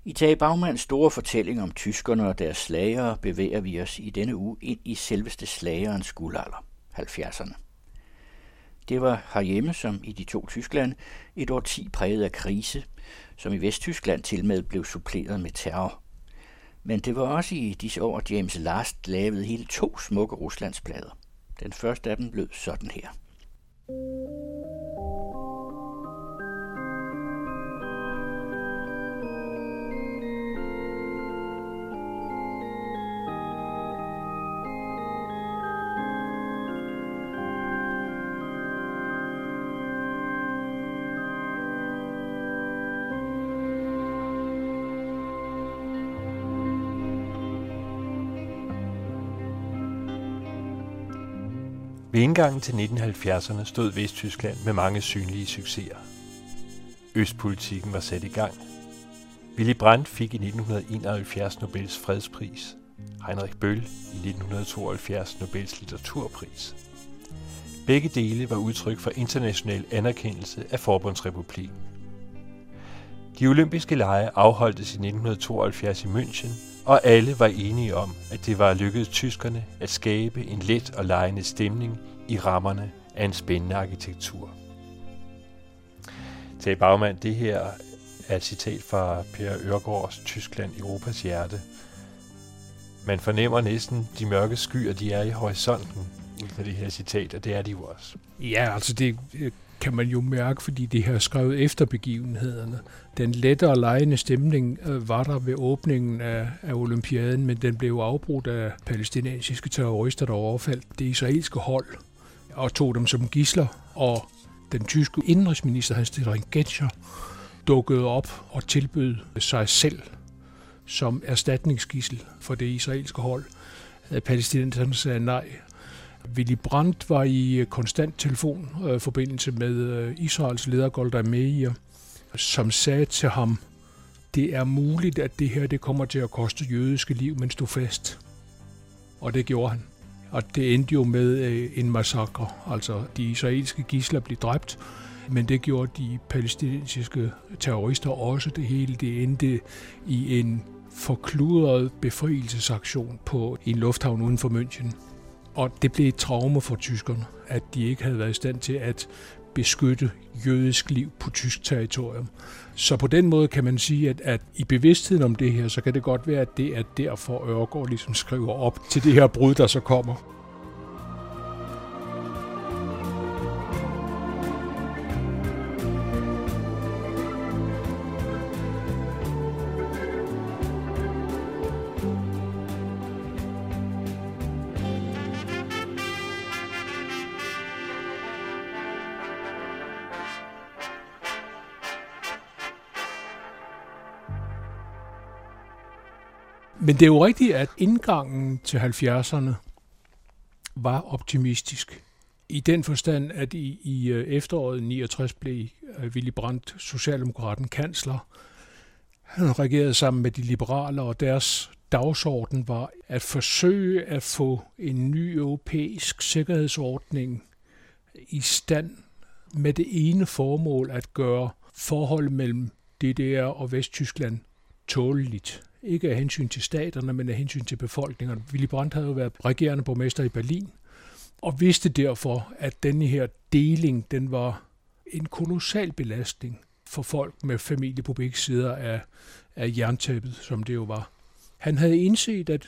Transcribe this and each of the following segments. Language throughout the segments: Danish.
I Tage Bagmans store fortælling om tyskerne og deres slagere bevæger vi os i denne uge ind i selveste slagerens guldalder, 70'erne. Det var herhjemme, som i de to Tyskland, et årti præget af krise, som i Vesttyskland tilmed blev suppleret med terror. Men det var også i disse år, James Last lavede hele 2 smukke Ruslandsplader. Den første af dem lød sådan her. Ved indgangen til 1970'erne stod Vesttyskland med mange synlige succeser. Østpolitikken var sat i gang. Willy Brandt fik i 1971 Nobels fredspris. Heinrich Böll i 1972 Nobels litteraturpris. Begge dele var udtryk for international anerkendelse af Forbundsrepublikken. De olympiske lege afholdtes i 1972 i München, og alle var enige om, at det var lykkedes tyskerne at skabe en let og legende stemning i rammerne af en spændende arkitektur. Tage Bagman, det her er et citat fra Per Øhrgaards Tyskland, Europas hjerte. Man fornemmer næsten de mørke skyer, de er i horisonten ud fra det her citat, og det er de jo også. Ja, altså det kan man jo mærke, fordi det her skrevet efter begivenhederne. Den lette og legende stemning var der ved åbningen af olympiaden, men den blev afbrudt af palæstinensiske terrorister, der overfaldt det israelske hold og tog dem som gidsler, og den tyske indrigsminister Hans-Dietrich Genscher dukkede op og tilbød sig selv som erstatningsgidsel for det israelske hold. Palæstinenserne sagde nej. Willy Brandt var i konstant telefonforbindelse med Israels leder Golda Meir, som sagde til ham, det er muligt, at det her det kommer til at koste jødiske liv, men stå fast. Og det gjorde han. Og det endte jo med en massakre. Altså, de israelske gidsler blev dræbt, men det gjorde de palæstinensiske terrorister også. Det hele det endte i en forkludret befrielsesaktion på en lufthavn uden for München. Og det blev et traume for tyskerne, at de ikke havde været i stand til at beskytte jødisk liv på tysk territorium. Så på den måde kan man sige, at i bevidstheden om det her, så kan det godt være, at det er derfor Øhrgaard ligesom skriver op til det her brud, der så kommer. Men det er jo rigtigt, at indgangen til 70'erne var optimistisk. I den forstand, at i efteråret 69 blev Willy Brandt, socialdemokraten, kansler. Han regerede sammen med de liberale, og deres dagsorden var at forsøge at få en ny europæisk sikkerhedsordning i stand med det ene formål at gøre forholdet mellem DDR og Vesttyskland tåleligt. Ikke af hensyn til staterne, men af hensyn til befolkningerne. Willy Brandt havde jo været regerende borgmester i Berlin, og vidste derfor, at denne her deling, den var en kolossal belastning for folk med familie på begge sider af jerntæppet, som det jo var. Han havde indset, at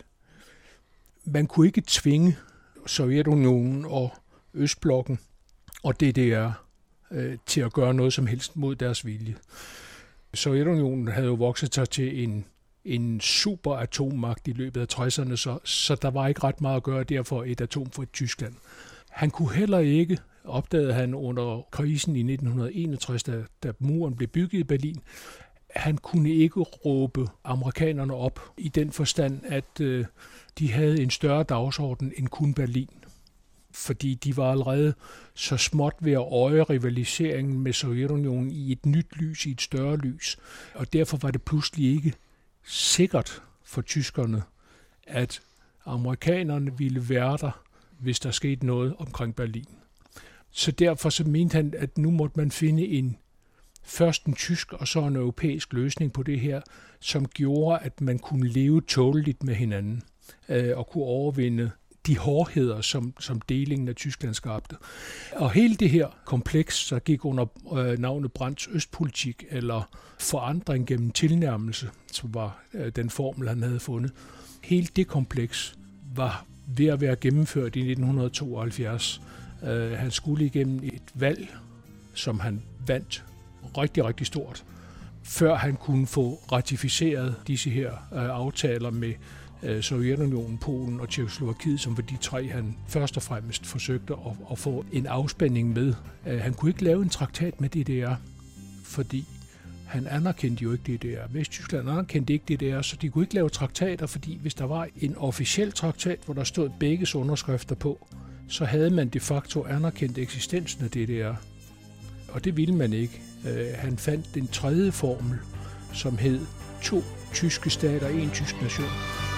man kunne ikke tvinge Sovjetunionen og Østblokken og DDR til at gøre noget som helst mod deres vilje. Sovjetunionen havde jo vokset sig til en super atommagt i løbet af 60'erne, så der var ikke ret meget at gøre derfor et atomfrit Tyskland. Han kunne heller ikke, opdagede han under krisen i 1961, da muren blev bygget i Berlin, han kunne ikke råbe amerikanerne op i den forstand, at de havde en større dagsorden end kun Berlin. Fordi de var allerede så småt ved at øje rivaliseringen med Sovjetunionen i et nyt lys, i et større lys. Og derfor var det pludselig ikke sikkert for tyskerne, at amerikanerne ville være der, hvis der skete noget omkring Berlin. Så derfor så mente han, at nu måtte man finde en først en tysk og så en europæisk løsning på det her, som gjorde, at man kunne leve tåleligt med hinanden og kunne overvinde de hårdheder, som delingen af Tyskland skabte. Og hele det her kompleks, der gik under navnet Brandts østpolitik, eller forandring gennem tilnærmelse, som var den formel, han havde fundet. Hele det kompleks var ved at være gennemført i 1972. Han skulle igennem et valg, som han vandt rigtig, rigtig stort, før han kunne få ratificeret disse her aftaler med Sovjetunionen, Polen og Tjekkoslovakiet, som var de tre, han først og fremmest forsøgte at få en afspænding med. Han kunne ikke lave en traktat med DDR, fordi han anerkendte jo ikke DDR. Vesttyskland anerkendte ikke DDR, så de kunne ikke lave traktater, fordi hvis der var en officiel traktat, hvor der stod begges underskrifter på, så havde man de facto anerkendt eksistensen af DDR. Og det ville man ikke. Han fandt den tredje formel, som hed 2 tyske stater, 1 tysk nation.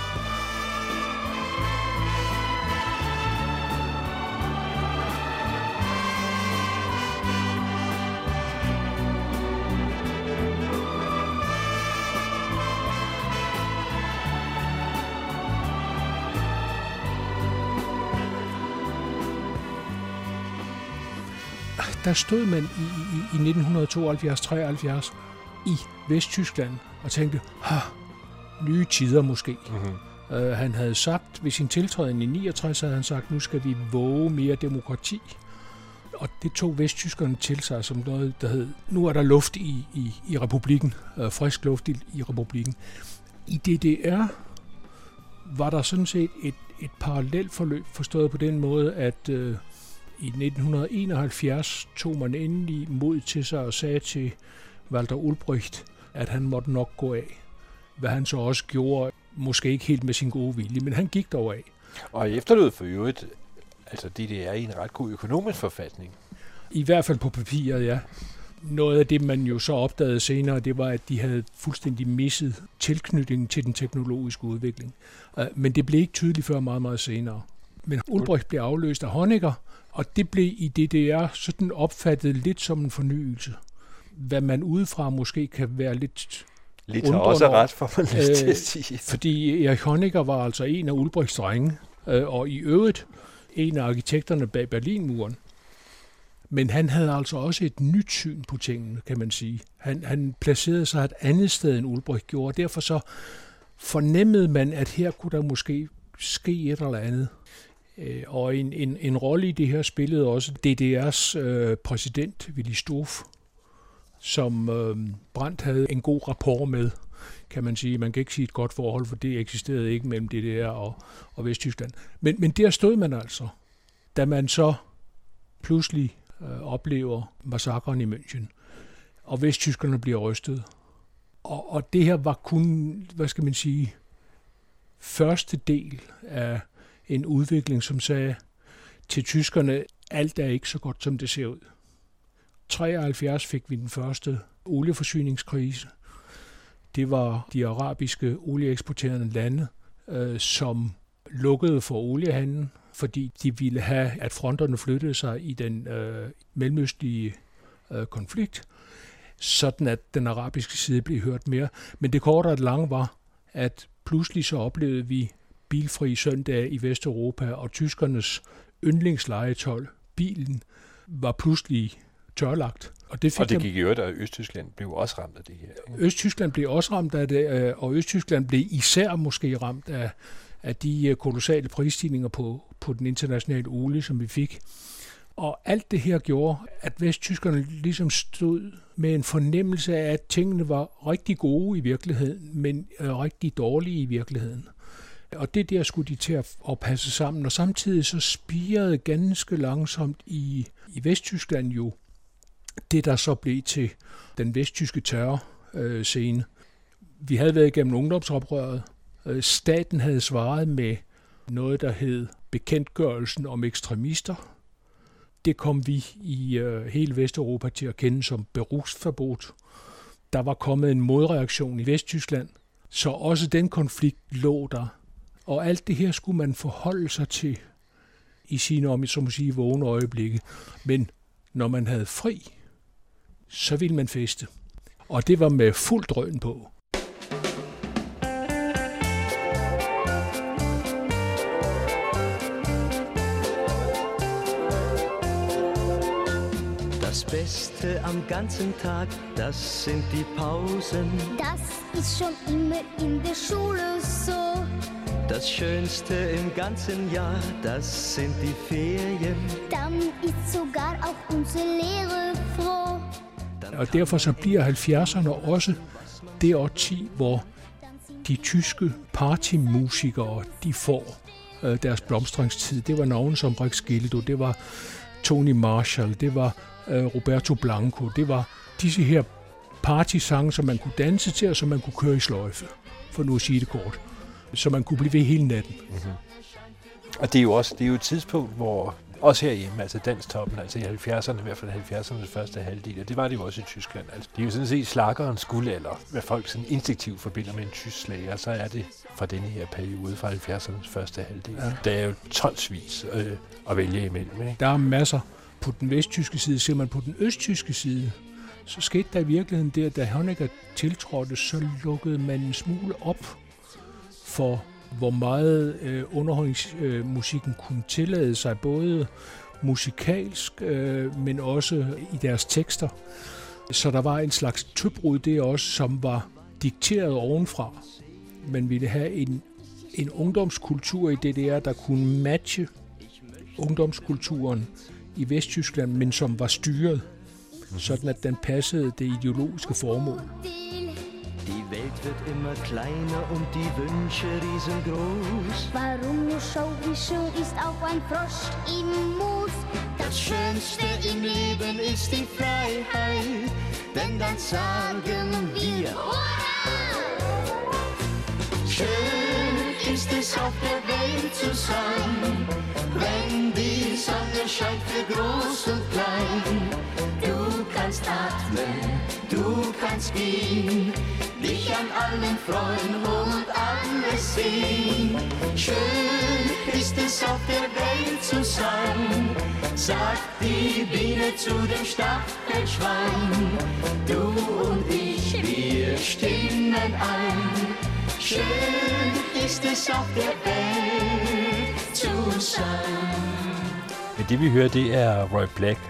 Der stod man i 1972-73 i Vesttyskland og tænkte, nye tider måske. Mm-hmm. Han havde sagt, ved sin tiltræden i 69, havde han sagt, nu skal vi våge mere demokrati. Og det tog vesttyskerne til sig som noget, der hed, nu er der luft i republikken, frisk luft i republikken. I DDR var der sådan set et parallelt forløb, forstået på den måde, at i 1971 tog man endelig mod til sig og sagde til Walter Ulbricht, at han måtte nok gå af. Hvad han så også gjorde, måske ikke helt med sin gode vilje, men han gik dog af. Og efterlod for øvrigt, altså DDR i en ret god økonomisk forfatning. I hvert fald på papiret, ja. Noget af det, man jo så opdagede senere, det var, at de havde fuldstændig misset tilknytningen til den teknologiske udvikling. Men det blev ikke tydeligt før meget, meget senere. Men Ulbricht blev afløst af Honecker, og det blev i DDR sådan opfattet lidt som en fornyelse. Hvad man udefra måske kan være lidt har også ret for man lyst til at sige. Fordi Erich Honecker var altså en af Ulbrichts drenge, og i øvrigt en af arkitekterne bag Berlinmuren. Men han havde altså også et nyt syn på tingene, kan man sige. Han placerede sig et andet sted, end Ulbricht gjorde. Derfor så fornemmede man, at her kunne der måske ske et eller andet. Og en rolle i det her spillede også DDR's præsident, Willy Stoph, som Brandt havde en god rapport med, kan man sige. Man kan ikke sige et godt forhold, for det eksisterede ikke mellem DDR og Vesttyskland. Men der stod man altså, da man så pludselig oplever massakren i München, og vesttyskerne bliver rystet. Og det her var kun, hvad skal man sige, første del af en udvikling, som sagde til tyskerne, alt er ikke så godt, som det ser ud. 73 fik vi den første olieforsyningskrise. Det var de arabiske olieeksporterende lande, som lukkede for oliehandlen, fordi de ville have, at fronterne flyttede sig i den mellemøstlige konflikt, sådan at den arabiske side blev hørt mere. Men det korte og det lange var, at pludselig så oplevede vi bilfri søndage i Vesteuropa, og tyskernes yndlingslegetøj, bilen, var pludselig tørlagt. Og det gik i øvrigt, og Østtyskland blev også ramt af det her. Østtyskland blev også ramt af det, og Østtyskland blev især måske ramt af de kolossale prisstigninger på den internationale olie, som vi fik. Og alt det her gjorde, at vesttyskerne ligesom stod med en fornemmelse af, at tingene var rigtig gode i virkeligheden, men rigtig dårlige i virkeligheden. Og det der skulle de til at passe sammen, og samtidig så spirede ganske langsomt i Vesttyskland jo det, der så blev til den vesttyske terrorscene. Vi havde været igennem ungdomsoprøret. Staten havde svaret med noget, der hed bekendtgørelsen om ekstremister. Det kom vi i hele Vesteuropa til at kende som berufsverbot. Der var kommet en modreaktion i Vesttyskland, så også den konflikt lå der. Og alt det her skulle man forholde sig til i sine, om jeg så må sige, vågne øjeblikke. Men når man havde fri, så ville man feste. Og det var med fuld drøn på. Das Beste am ganzen Tag, das sind die Pausen. Das ist schon immer in der Schule so. Das Schönste im ganzen Jahr, das sind die Ferien. Dann ist sogar auch unsere Lehrer froh. Og derfor så bliver 70'erne også det årti, hvor de tyske partymusikere, de får deres blomstringstid. Det var navne som Rex Gildo, det var Tony Marshall, det var Roberto Blanco. Det var disse her partysange, som man kunne danse til, og som man kunne køre i sløjfe, for nu at sige det kort. Så man kunne blive ved hele natten. Mm-hmm. Og det er jo et tidspunkt, hvor også herhjemme, altså danstoppen, altså i 70'erne, i hvert fald 70'ernes første halvdel, og det var det jo også i Tyskland. Altså, det er jo sådan set slaggerens guldalder, hvad folk sådan instinktivt forbinder med en tysk slager, så er det fra denne her periode, fra 70'ernes første halvdel. Ja. Der er jo tonsvis at vælge imellem. Ikke? Der er masser. På den vesttyske side, ser man på den østtyske side, så skete der i virkeligheden det, at da Honecker tiltrådte, så lukkede man en smule op for, hvor meget underholdningsmusikken kunne tillade sig, både musikalsk, men også i deres tekster. Så der var en slags tøbrud der også, som var dikteret ovenfra. Man ville have en ungdomskultur i DDR, der kunne matche ungdomskulturen i Vesttyskland, men som var styret, sådan at den passede det ideologiske formål. Die Welt wird immer kleiner und die Wünsche riesengroß. Warum nur schau, wie schön ist auch ein Frosch im Moos. Das Schönste im Leben ist die Freiheit, denn dann sagen wir Hurra! Schön ist es auf der Welt zu sein, wenn die Sonne scheint für groß und klein. Du kannst atmen, du kannst gehen, dich an allen freuen und alles sehen. Schön ist es auf der Welt zu sein, sagt die Biene zu dem Stachelschwein. Du und ich, wir stimmen ein. Schön ist es auf der Welt zu sein. Men det vi hører, det er Roy Black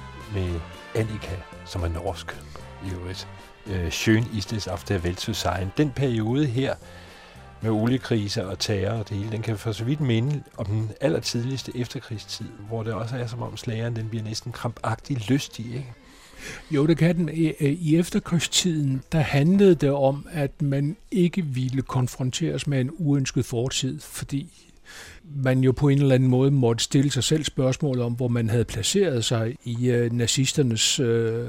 med Annika, som er norsk i øvrigt. Schön ist es auf der Welt zu sein. Den periode her med oliekriser og terror og det hele, den kan for så vidt minde om den allertidligste efterkrigstid, hvor det også er som om slageren, den bliver næsten krampagtigt lystig, ikke? Jo, det kan den. I efterkrigstiden, der handlede det om, at man ikke ville konfronteres med en uønsket fortid, fordi man jo på en eller anden måde måtte stille sig selv spørgsmål om, hvor man havde placeret sig i nazisternes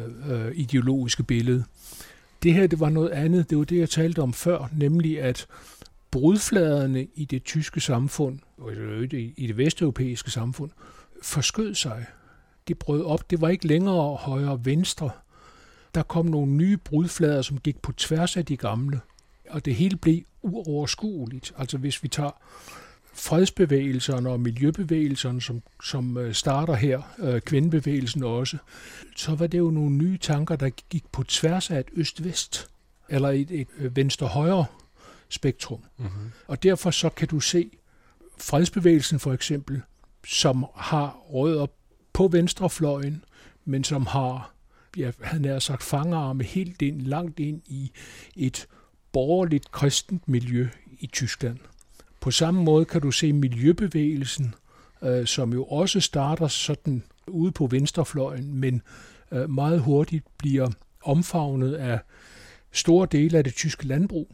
ideologiske billede. Det her, det var noget andet. Det var det, jeg talte om før, nemlig at brudfladerne i det tyske samfund, og i det vesteuropæiske samfund, forskød sig. De brød op. Det var ikke længere højre og venstre. Der kom nogle nye brudflader, som gik på tværs af de gamle. Og det hele blev uoverskueligt. Altså hvis vi tager fredsbevægelserne og miljøbevægelserne, som starter her, kvindebevægelsen også, så var det jo nogle nye tanker, der gik på tværs af et øst-vest, eller et venstre-højre spektrum. Mm-hmm. Og derfor så kan du se fredsbevægelsen for eksempel, som har rødder på venstrefløjen, men som har, jeg havde nær sagt, fangerarme helt ind, langt ind i et borgerligt kristent miljø i Tyskland. På samme måde kan du se miljøbevægelsen, som jo også starter sådan ude på venstrefløjen, men meget hurtigt bliver omfavnet af store dele af det tyske landbrug,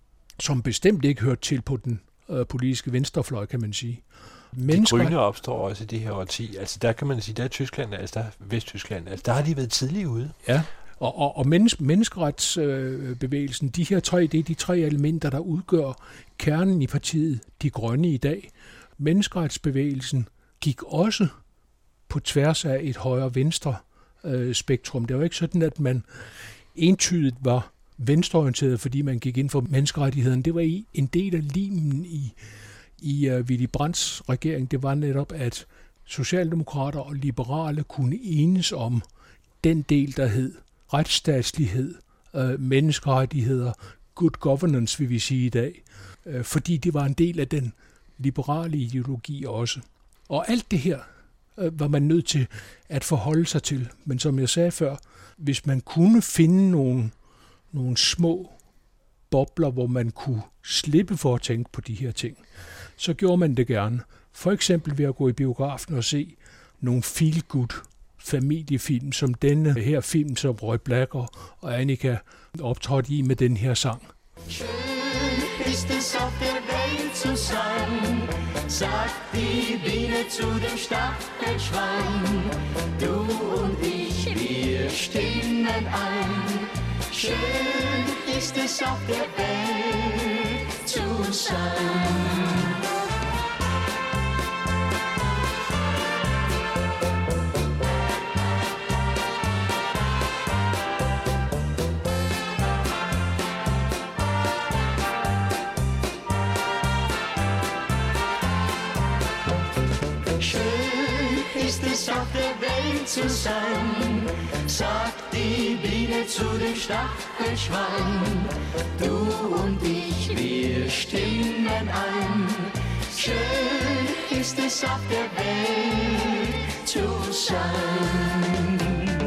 som bestemt ikke hørte til på den politiske venstrefløj, kan man sige. De grønne opstår også i det her årti. Altså der kan man sige, der er Tyskland, altså der er Vesttyskland, altså der har de været tidligt ude. Ja, og menneskeretsbevægelsen, de her tre, det er de tre elementer, der udgør kernen i partiet De Grønne i dag. Menneskeretsbevægelsen gik også på tværs af et højre-venstre spektrum. Det var ikke sådan, at man entydigt var venstreorienteret, fordi man gik ind for menneskerettighederne. Det var en del af limen i Willy Brandts regering. Det var netop, at socialdemokrater og liberale kunne enes om den del, der hed retsstatslighed, menneskerettigheder, good governance, vil vi sige i dag, fordi det var en del af den liberale ideologi også. Og alt det her var man nødt til at forholde sig til. Men som jeg sagde før, hvis man kunne finde nogle små bobler, hvor man kunne slippe for at tænke på de her ting, så gjorde man det gerne. For eksempel ved at gå i biografen og se nogle feel-good familiefilm, som denne her film, som Roy Black og Annika optrådte i med den her sang. Schön ist es auf der Welt zu sein, sagt die Biene zu dem Stachelschwein. Du und ich, wir stimmen ein. Schön ist es auf der Welt zu sein. Auf der Welt zu sein, sagt die Biene zu dem Stachelschwein. Du und ich, wir stimmen ein. Schön ist es auf der Welt zu sein.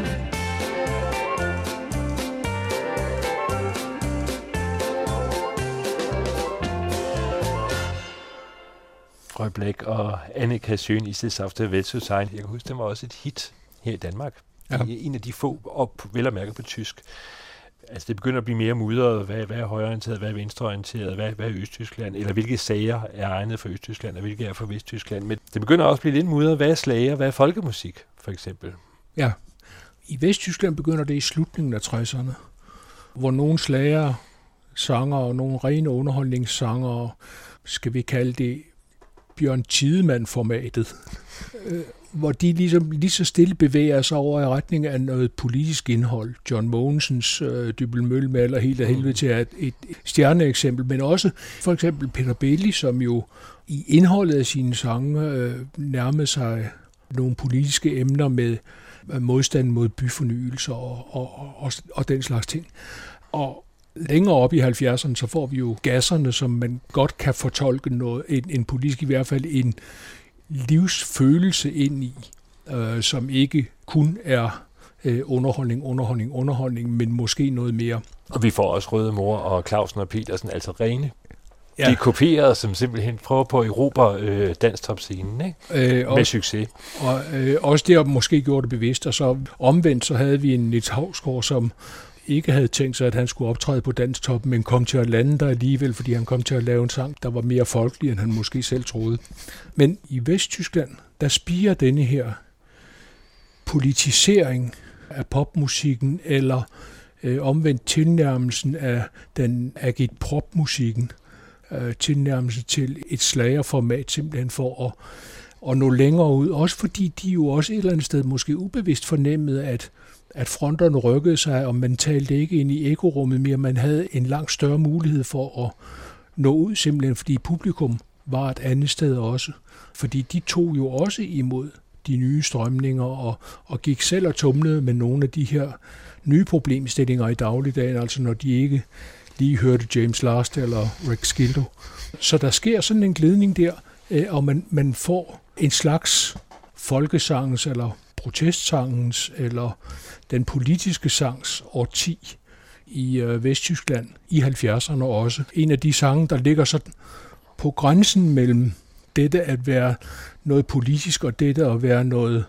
Roy Black og Annika Schön ist es auf der Welt zu sein. Jeg kan huske, det var også et hit her i Danmark. Ja. En af de få, og vel at mærke på tysk. Altså det begynder at blive mere mudret. Hvad er højreorienteret, hvad er venstreorienteret, hvad er Østtyskland, eller hvilke sager er egnet for Østtyskland, og hvilke er for Vesttyskland. Men det begynder også at blive lidt mudret. Hvad er slager, hvad er folkemusik, for eksempel? Ja, i Vesttyskland begynder det i slutningen af 60'erne, hvor nogle slager, sanger og nogle rene underholdningssanger, skal vi kalde det Bjørn Tidemand-formatet, hvor de ligesom lige så stille bevæger sig over i retning af noget politisk indhold. John Mogensens Dybbøl Møllemaler helt af helvede til et stjerneeksempel, men også for eksempel Peter Belli, som jo i indholdet af sine sange nærmede sig nogle politiske emner med modstand mod byfornyelser og den slags ting. Og længere op i 70'erne, så får vi jo gasserne, som man godt kan fortolke noget, en politisk, i hvert fald en livsfølelse ind i, som ikke kun er underholdning, men måske noget mere. Og vi får også Røde Mor og Clausen og Petersen, altså rene. Ja. De er kopieret, som simpelthen prøver på at erobre danstopscenen, ikke? Med succes. Og også det, måske gjorde det bevidst, og så omvendt, så havde vi en Niels Hausgaard, som ikke havde tænkt sig, at han skulle optræde på Danstoppen, men kom til at lande der alligevel, fordi han kom til at lave en sang, der var mere folkelig, end han måske selv troede. Men i Vesttyskland, der spiger denne her politisering af popmusikken, eller omvendt tilnærmelsen af den agitprop-musikken, tilnærmelse til et slagerformat, simpelthen for at nå længere ud. Også fordi de jo også et eller andet sted måske ubevidst fornemmede, at fronterne rykkede sig, og man talte ikke ind i ekorummet mere. Man havde en langt større mulighed for at nå ud, simpelthen fordi publikum var et andet sted også. Fordi de tog jo også imod de nye strømninger og gik selv og tumlede med nogle af de her nye problemstillinger i dagligdagen, altså når de ikke lige hørte James Last eller Rex Skildo. Så der sker sådan en glidning der, og man får en slags folkesangens eller protestsangens eller den politiske sangs årti i Vesttyskland i 70'erne også. En af de sange, der ligger sådan på grænsen mellem dette at være noget politisk og dette at være noget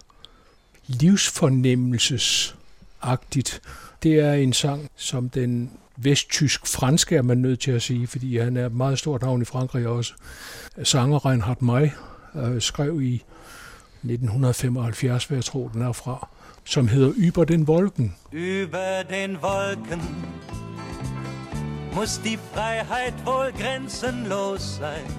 livsfornemmelsesagtigt. Det er en sang, som den vesttysk-franske er man nødt til at sige, fordi han er et meget stort navn i Frankrig også. Sanger Reinhard May skrev i 1975, hvad jeg tror, den er fra, som hedder Über den Wolken. Über den Wolken muss die Freiheit wohl grenzenlos sein.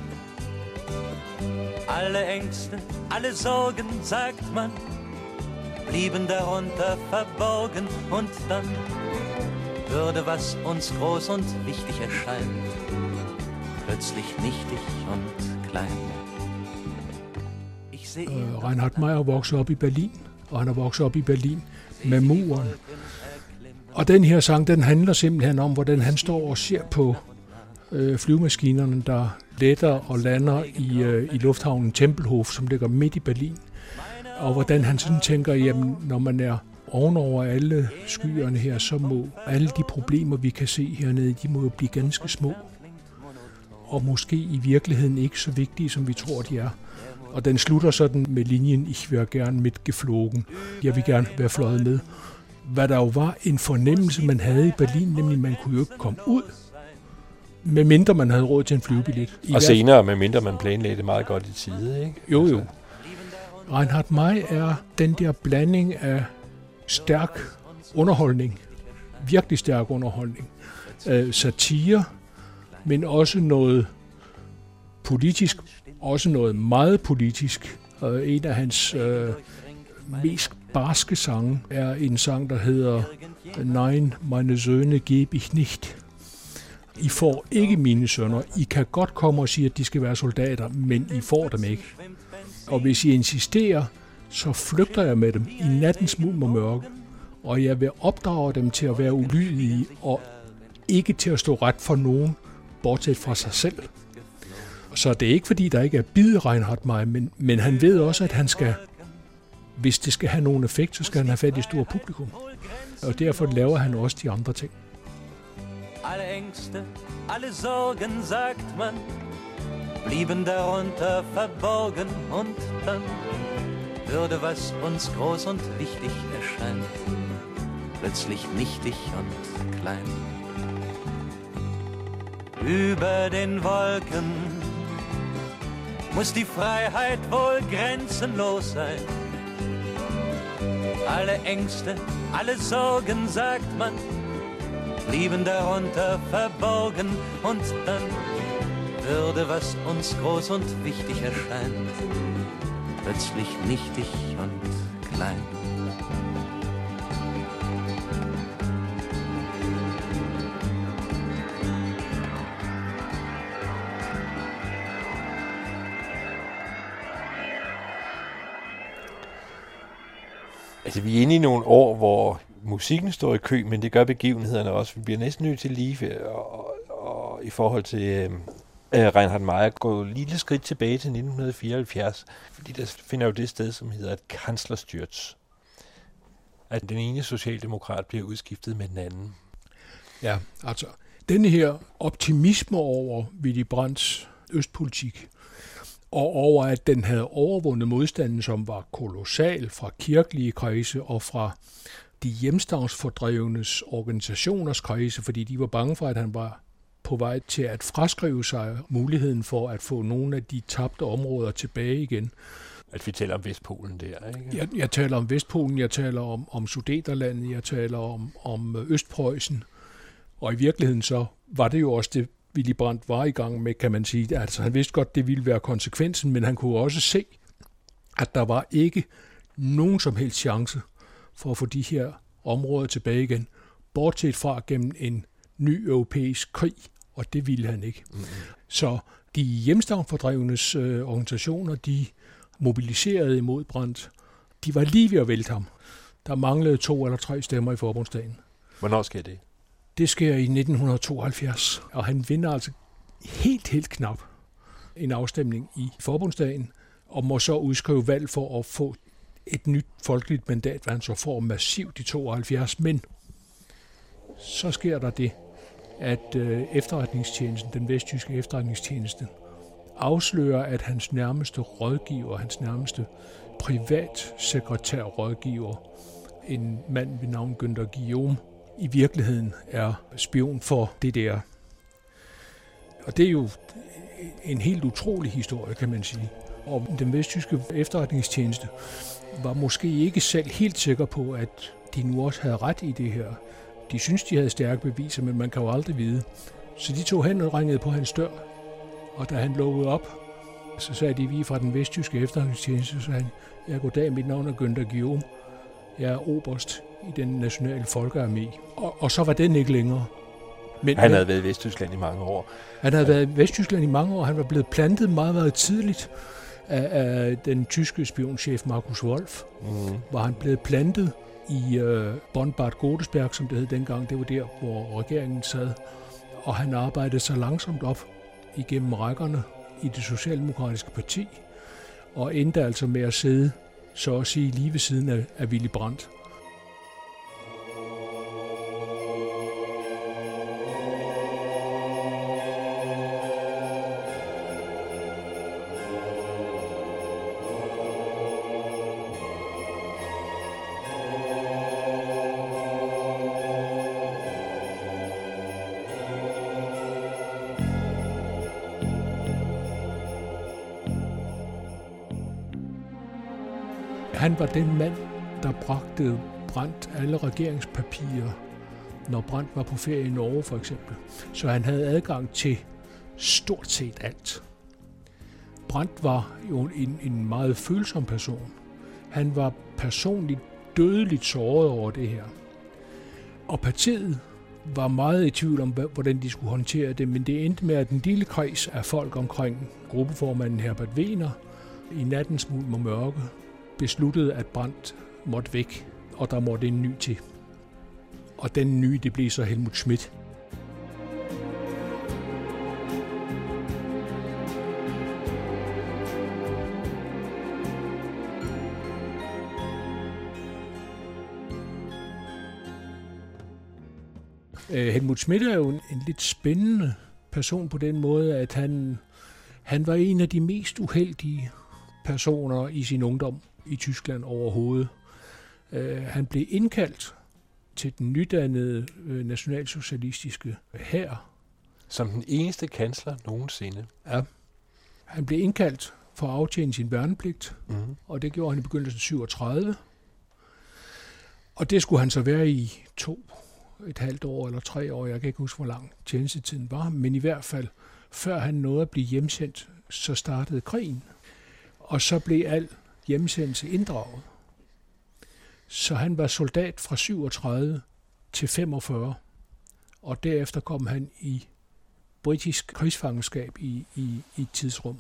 Alle Ängste, alle Sorgen, sagt man, blieben darunter verborgen und dann würde, was uns groß und wichtig erscheint, plötzlich nichtig und klein. Reinhard May er vokset op i Berlin, og han er vokset op i Berlin med muren. Og den her sang, den handler simpelthen om, hvordan han står og ser på flyvemaskinerne, der letter og lander i lufthavnen Tempelhof, som ligger midt i Berlin. Og hvordan han sådan tænker, jamen, når man er ovenover alle skyerne her, så må alle de problemer, vi kan se hernede, de må jo blive ganske små. Og måske i virkeligheden ikke så vigtige, som vi tror, de er. Og den slutter sådan med linjen, ich wäre gern mitgeflogen. Jeg vil gerne være fløjet med. Hvad der jo var en fornemmelse, man havde i Berlin, nemlig man kunne jo ikke komme ud, medmindre man havde råd til en flyvebillet. Og senere, medmindre man planlagde det meget godt i tide, ikke? Jo. Reinhard May er den der blanding af stærk underholdning, virkelig stærk underholdning, satire, men også noget politisk, også noget meget politisk. En af hans mest barske sange er en sang, der hedder Nein, meine Söhne geb ich nicht. I får ikke mine sønner. I kan godt komme og sige, at de skal være soldater, men I får dem ikke. Og hvis I insisterer, så flygter jeg med dem i nattens mulm og mørke, og jeg vil opdrage dem til at være ulydige og ikke til at stå ret for nogen, bortset fra sig selv. Så det er ikke fordi, der ikke er bid i Reinhard May, men han ved også, at han skal, hvis det skal have nogen effekt, så skal han have fat i stort publikum. Og derfor laver han også de andre ting. Alle Ängste, alle Sorgen, sagt man, blieben darunter verborgen und dann würde, was uns groß und wichtig erscheint, plötzlich nichtig und klein. Über den Wolken muss die Freiheit wohl grenzenlos sein. Alle Ängste, alle Sorgen, sagt man, blieben darunter verborgen und dann würde, was uns groß und wichtig erscheint, plötzlich nichtig und klein. Altså, vi er inde i nogle år, hvor musikken står i kø, men det gør begivenhederne også. Vi bliver næsten nødt til lige og i forhold til Reinhard May at gå et lille skridt tilbage til 1974, fordi der finder jo det sted, som hedder et kanslerstyrts. At den ene socialdemokrat bliver udskiftet med den anden. Ja, altså, denne her optimisme over Willy Brandts østpolitik, og over at den havde overvundet modstanden, som var kolossal fra kirkelige kredse og fra de hjemstavnsfordrevnes organisationers kredse, fordi de var bange for, at han var på vej til at fraskrive sig muligheden for at få nogle af de tabte områder tilbage igen. At vi taler om Vestpolen der, ikke? Jeg taler om Vestpolen, jeg taler om Sudeterlandet, jeg taler om Østpreussen, og i virkeligheden så var det jo også det, Willy Brandt var i gang med, kan man sige. Altså, han vidste godt, det ville være konsekvensen, men han kunne også se, at der var ikke nogen som helst chance for at få de her områder tilbage igen, bortset fra gennem en ny europæisk krig, og det ville han ikke. Mm-hmm. Så de hjemstavnsfordrevnes organisationer, de mobiliserede imod Brandt. De var lige ved at vælte ham. Der manglede 2 eller 3 stemmer i forbundsdagen. Hvornår sker det? Det sker i 1972, og han vinder altså helt knap en afstemning i forbundsdagen, og må så udskrive valg for at få et nyt folkeligt mandat, hvad han så får massivt i 72. Men så sker der det, at efterretningstjenesten, den vesttyske efterretningstjeneste, afslører, at hans nærmeste rådgiver, hans nærmeste privatsekretærrådgiver, en mand ved navn Günther Guillaume, i virkeligheden er spion for DDR. Og det er jo en helt utrolig historie, kan man sige. Og den vesttyske efterretningstjeneste var måske ikke selv helt sikker på, at de nu også havde ret i det her. De synes, de havde stærke beviser, men man kan jo aldrig vide. Så de tog hen og ringede på hans dør, og da han lukkede op, så sagde de, vi er fra den vesttyske efterretningstjeneste, så sagde han, jeg goddag, mit navn er Günther Guillaume. Jeg er oberst i den nationale folkearmé. Og så var den ikke længere. Men han havde været i Vesttyskland i mange år. Han havde været i Vesttyskland i mange år. Han var blevet plantet meget, meget tidligt af den tyske spionchef Markus Wolf. Var han blevet plantet i Bonn-Bad Godesberg, som det hed dengang. Det var der, hvor regeringen sad. Og han arbejdede sig langsomt op igennem rækkerne i det socialdemokratiske parti, og endte altså med at sidde, så at sige, lige ved siden af Willy Brandt. Han var den mand, der bragte Brandt alle regeringspapirer, når Brandt var på ferie i Norge for eksempel. Så han havde adgang til stort set alt. Brandt var jo en meget følsom person. Han var personligt dødeligt såret over det her. Og partiet var meget i tvivl om, hvordan de skulle håndtere det, men det endte med, at en lille kreds af folk omkring gruppeformanden Herbert Wehner i nattens mulm og mørke besluttede, at Brandt måtte væk, og der måtte en ny til. Og den nye, det blev så Helmut Schmidt. Helmut Schmidt er jo en lidt spændende person på den måde, at han var en af de mest uheldige personer i sin ungdom i Tyskland overhovedet. Han blev indkaldt til den nydannede nationalsocialistiske hær. Som den eneste kansler nogensinde. Ja. Han blev indkaldt for at aftjene sin værnepligt, og det gjorde han i begyndelsen af 37. Og det skulle han så være i 2,5 år eller 3 år. Jeg kan ikke huske, hvor lang tjenestetiden var, men i hvert fald, før han nåede at blive hjemsendt, så startede krigen. Og så blev al hjemsendelse inddraget. Så han var soldat fra 37 til 45, og derefter kom han i britisk krigsfangenskab i et tidsrum.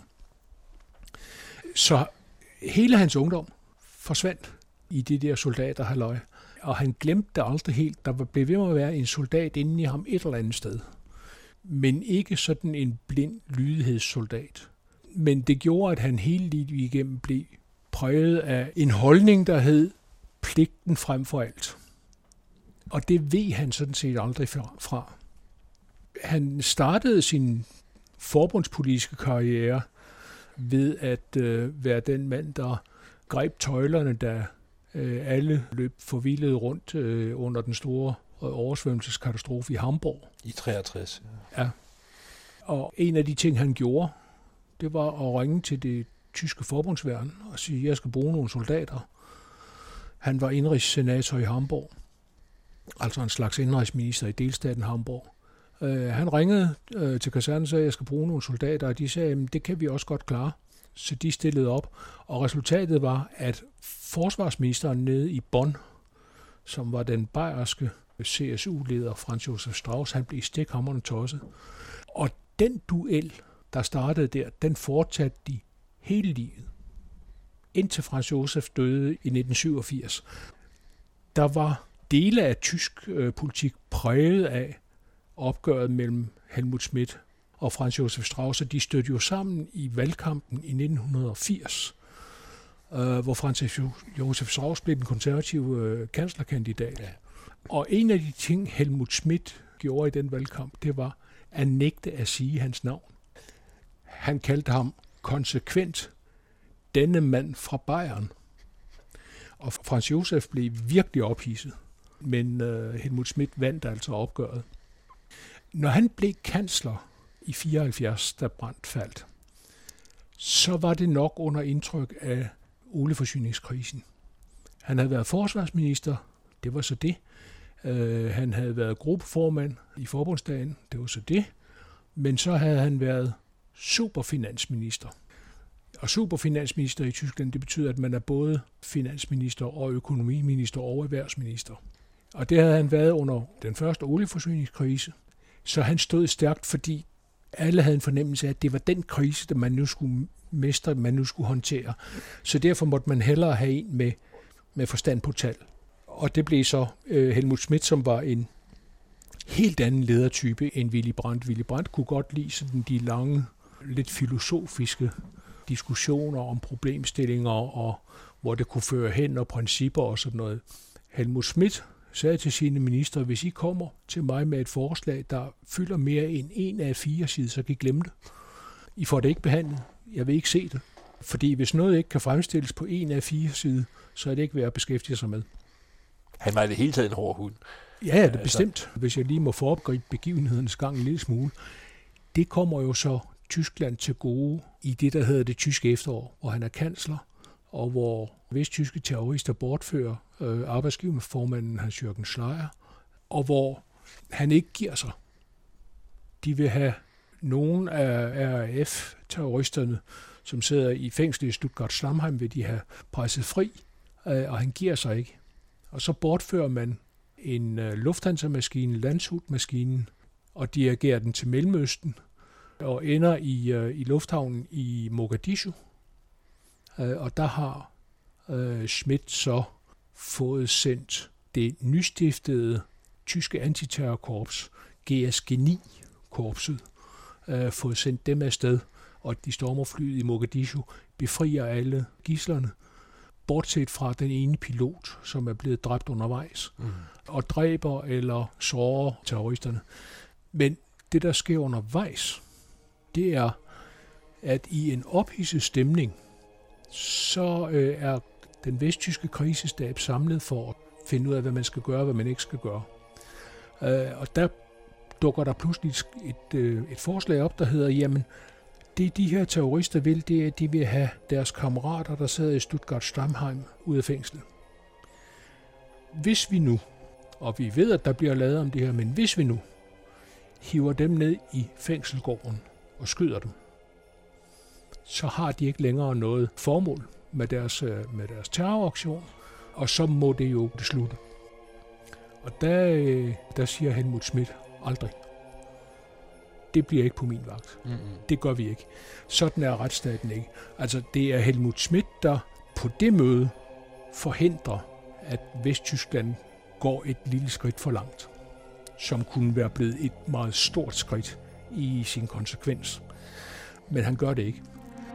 Så hele hans ungdom forsvandt i det der soldaterhalløj, og han glemte det aldrig helt. Der blev ved med at være en soldat inde i ham et eller andet sted, men ikke sådan en blind lydighedssoldat. Men det gjorde, at han hele livet igennem blev præget af en holdning, der hed pligten frem for alt. Og det ved han sådan set aldrig fra. Han startede sin forbundspolitiske karriere ved at være den mand, der greb tøjlerne, da alle løb forvildet rundt under den store oversvømmelseskatastrofe i Hamburg. I 63. Ja. Og en af de ting, han gjorde, det var at ringe til det tyske forbundsværn og sige, at jeg skal bruge nogle soldater. Han var indrigssenator i Hamburg, altså en slags indrigsminister i delstaten Hamburg. Han ringede til kasernen og sagde, at jeg skal bruge nogle soldater, og de sagde, at det kan vi også godt klare. Så de stillede op, og resultatet var, at forsvarsministeren nede i Bonn, som var den bayerske CSU-leder Franz Josef Strauß, han blev stikhamrende tosset. Og den duel, der startede der, den fortsatte de hele livet. Indtil Franz Josef døde i 1987. Der var dele af tysk politik præget af opgøret mellem Helmut Schmidt og Franz Josef Strauß, og de stødte jo sammen i valgkampen i 1980, hvor Franz Josef Strauß blev den konservative kanslerkandidat. Ja. Og en af de ting, Helmut Schmidt gjorde i den valgkamp, det var at nægte at sige hans navn. Han kaldte ham konsekvent denne mand fra Bayern. Og Franz Josef blev virkelig ophidset, men Helmut Schmidt vandt altså opgøret. Når han blev kansler i 74, da Brandt faldt, så var det nok under indtryk af olieforsyningskrisen. Han havde været forsvarsminister, det var så det. Han havde været gruppeformand i forbundsdagen, det var så det. Men så havde han været superfinansminister. Og superfinansminister i Tyskland, det betyder, at man er både finansminister og økonomiminister og erhvervsminister. Og det havde han været under den første olieforsyningskrise. Så han stod stærkt, fordi alle havde en fornemmelse af, at det var den krise, der man nu skulle mestre, man nu skulle håndtere. Så derfor måtte man hellere have en med forstand på tal. Og det blev så Helmut Schmidt, som var en helt anden ledertype end Willy Brandt. Willy Brandt kunne godt lide sådan de lange, lidt filosofiske diskussioner om problemstillinger og hvor det kunne føre hen og principper og sådan noget. Helmut Schmidt sagde til sine ministre, hvis I kommer til mig med et forslag, der fylder mere end en af 4 sider, så kan I glemme det. I får det ikke behandlet. Jeg vil ikke se det. Fordi hvis noget ikke kan fremstilles på en af 4 sider, så er det ikke værd at beskæftige sig med. Han var i det hele taget en hård hund. Ja, det er bestemt. Hvis jeg lige må foregribe begivenhedernes gang en lille smule. Det kommer jo så Tyskland til gode i det, der hedder det tyske efterår, hvor han er kansler, og hvor vesttyske terrorister bortfører arbejdsgiverformanden Hans-Jürgen Schleyer, og hvor han ikke giver sig. De vil have nogle af RAF-terroristerne, som sidder i fængsel i Stuttgart-Stammheim, vil de have presset fri, og han giver sig ikke. Og så bortfører man en Lufthansa-maskine, Landshut-maskinen, og dirigerer den til Mellemøsten, og ender i lufthavnen i Mogadishu. Og der har Schmidt så fået sendt det nystiftede tyske antiterrorkorps, GSG-9-korpset, fået sendt dem afsted, og de stormer flyet i Mogadishu, befrier alle gidslerne, bortset fra den ene pilot, som er blevet dræbt undervejs, og dræber eller sårer terroristerne. Men det, der sker undervejs, det er, at i en ophidset stemning, så er den vesttyske krisestab samlet for at finde ud af, hvad man skal gøre og hvad man ikke skal gøre. Og der dukker der pludselig et forslag op, der hedder, jamen, det de her terrorister vil, det er, at de vil have deres kammerater, der sidder i Stuttgart-Stammheim, ud af fængslet. Hvis vi nu, og vi ved, at der bliver lavet om det her, men hvis vi nu hiver dem ned i fængselgården og skyder dem, så har de ikke længere noget formål med deres terroraktion, og så må det jo slutte. Og der siger Helmut Schmidt aldrig. Det bliver ikke på min vagt. Det gør vi ikke. Sådan er retsstaten ikke. Altså, det er Helmut Schmidt, der på det møde forhindrer, at Vesttyskland går et lille skridt for langt, som kunne være blevet et meget stort skridt i sin konsekvens. Men han gør det ikke.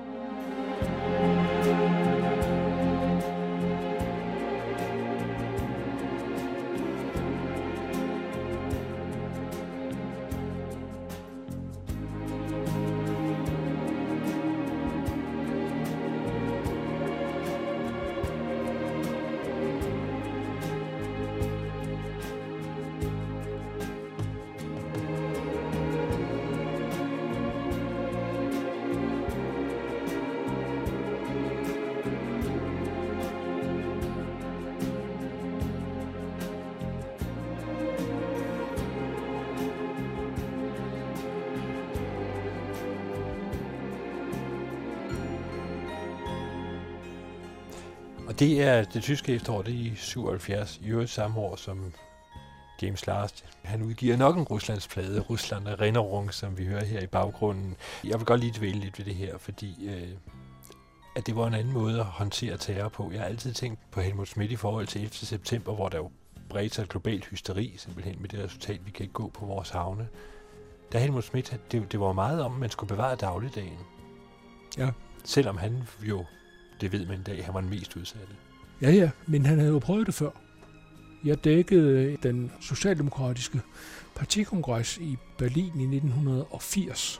Og det er det tyske efterår, det er i 77, i øvrigt samme år, som James Last. Han udgiver nok en Ruslandsplade, Rusland Erinnerung, som vi hører her i baggrunden. Jeg vil godt lige dvæle lidt ved det her, fordi at det var en anden måde at håndtere terror på. Jeg har altid tænkt på Helmut Schmidt i forhold til 11. september, hvor der jo bredte sig et globalt hysteri, simpelthen med det resultat, vi kan ikke gå på vores havne. Da Helmut Schmidt, det var meget om, at man skulle bevare dagligdagen. Ja. Selvom han jo, det ved man i dag, han var den mest udsatte. Ja, men han havde jo prøvet det før. Jeg dækkede den socialdemokratiske partikongres i Berlin i 1980.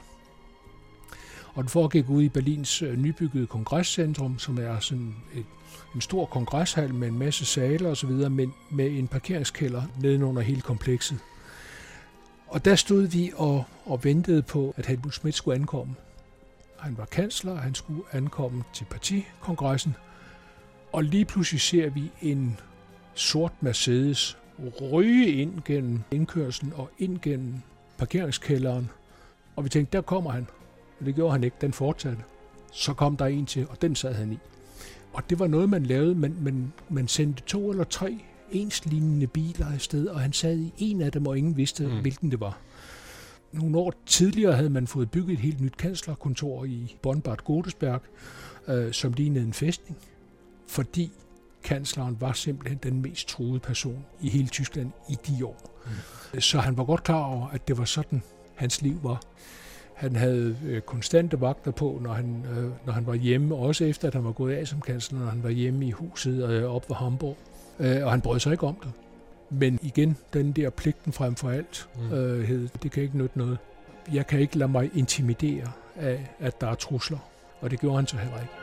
Og den foregik ude i Berlins nybyggede kongresscentrum, som er sådan en stor kongreshal med en masse sale osv., men med en parkeringskælder nedenunder hele komplekset. Og der stod vi og ventede på, at Helmut Schmidt skulle ankomme. Han var kansler, og han skulle ankomme til partikongressen. Og lige pludselig ser vi en sort Mercedes ryge ind gennem indkørslen og ind gennem parkeringskælderen. Og vi tænkte, der kommer han. Men det gjorde han ikke, den fortsatte. Så kom der en til, og den sad han i. Og det var noget, man lavede. Man sendte 2 eller 3 enslignende biler afsted, og han sad i en af dem, og ingen vidste, hvilken det var. Nogle år tidligere havde man fået bygget et helt nyt kanslerkontor i Bonn-Bad Godesberg, som lignede en fæstning. Fordi vicekansleren var simpelthen den mest truede person i hele Tyskland i de år. Så han var godt klar over, at det var sådan, hans liv var. Han havde konstante vagter på, når han var hjemme, også efter at han var gået af som kansler, når han var hjemme i huset op ved Hamburg. Og han brød sig ikke om det. Men igen, den der pligten frem for alt, det kan ikke nytte noget. Jeg kan ikke lade mig intimidere af, at der er trusler, og det gjorde han så heller ikke.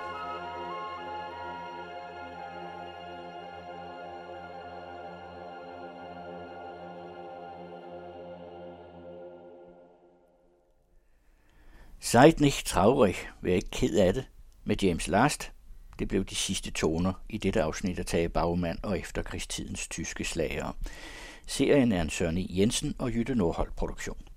Seid nicht traurig, vær ikke ked af det, med James Last. Det blev de sidste toner i dette afsnit af Tage Bagmand og efterkrigstidens tyske slagere. Serien er en Søren E. Jensen og Jytte Nordholt produktion.